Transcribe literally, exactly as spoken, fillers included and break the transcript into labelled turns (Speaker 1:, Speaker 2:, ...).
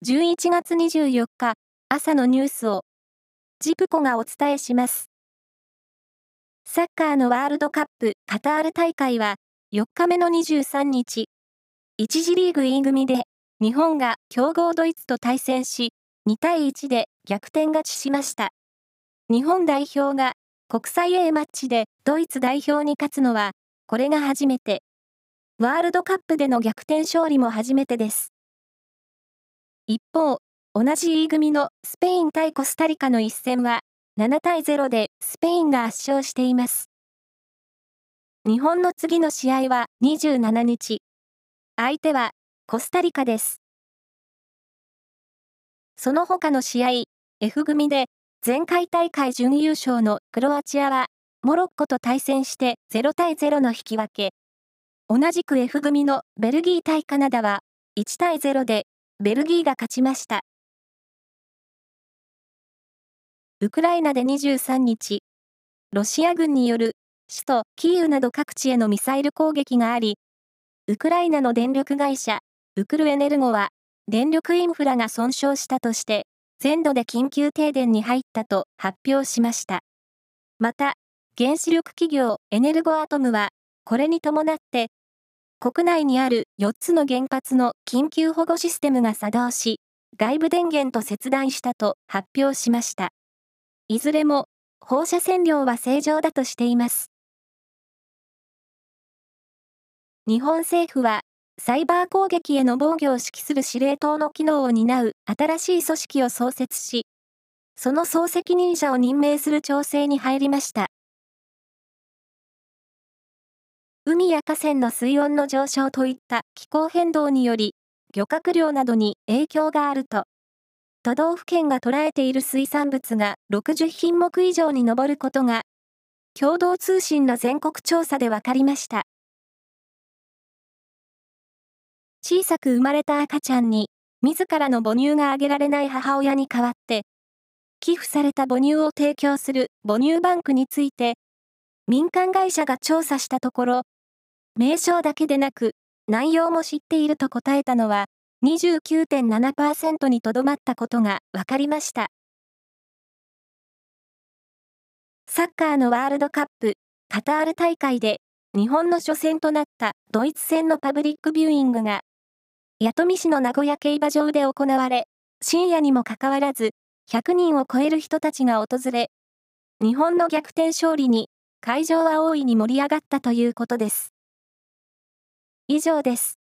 Speaker 1: じゅういちがつにじゅうよっか、朝のニュースを、ジプコがお伝えします。サッカーのワールドカップカタール大会は、よっかめのにじゅうさんにち、いち次リーグ E 組で、日本が強豪ドイツと対戦し、にたいいちで逆転勝ちしました。日本代表が国際 A マッチでドイツ代表に勝つのは、これが初めて。ワールドカップでの逆転勝利も初めてです。一方、同じ E 組のスペイン対コスタリカの一戦は、ななたいゼロでスペインが圧勝しています。日本の次の試合はにじゅうしちにち。相手はコスタリカです。その他の試合、F 組で前回大会準優勝のクロアチアはモロッコと対戦してゼロたいゼロの引き分け。同じく F 組のベルギー対カナダはいちたいゼロでベルギーが勝ちました。ウクライナでにじゅうさんにち、ロシア軍による首都キーウなど各地へのミサイル攻撃があり、ウクライナの電力会社、ウクルエネルゴは、電力インフラが損傷したとして、全土で緊急停電に入ったと発表しました。また、原子力企業エネルゴアトムは、これに伴って、国内にあるよっつの原発の緊急保護システムが作動し、外部電源と切断したと発表しました。いずれも、放射線量は正常だとしています。日本政府は、サイバー攻撃への防御を指揮する司令塔の機能を担う新しい組織を創設し、その総責任者を任命する調整に入りました。海や河川の水温の上昇といった気候変動により、漁獲量などに影響があると、都道府県が捉えている水産物がろくじゅっひんもく以上に上ることが、共同通信の全国調査で分かりました。小さく生まれた赤ちゃんに、自らの母乳があげられない母親に代わって、寄付された母乳を提供する母乳バンクについて、民間会社が調査したところ、名称だけでなく、内容も知っていると答えたのは、にじゅうきゅうてんななパーセント にとどまったことが分かりました。サッカーのワールドカップ、カタール大会で、日本の初戦となったドイツ戦のパブリックビューイングが、弥富市の名古屋競馬場で行われ、深夜にもかかわらず、ひゃくにんを超える人たちが訪れ、日本の逆転勝利に、会場は大いに盛り上がったということです。以上です。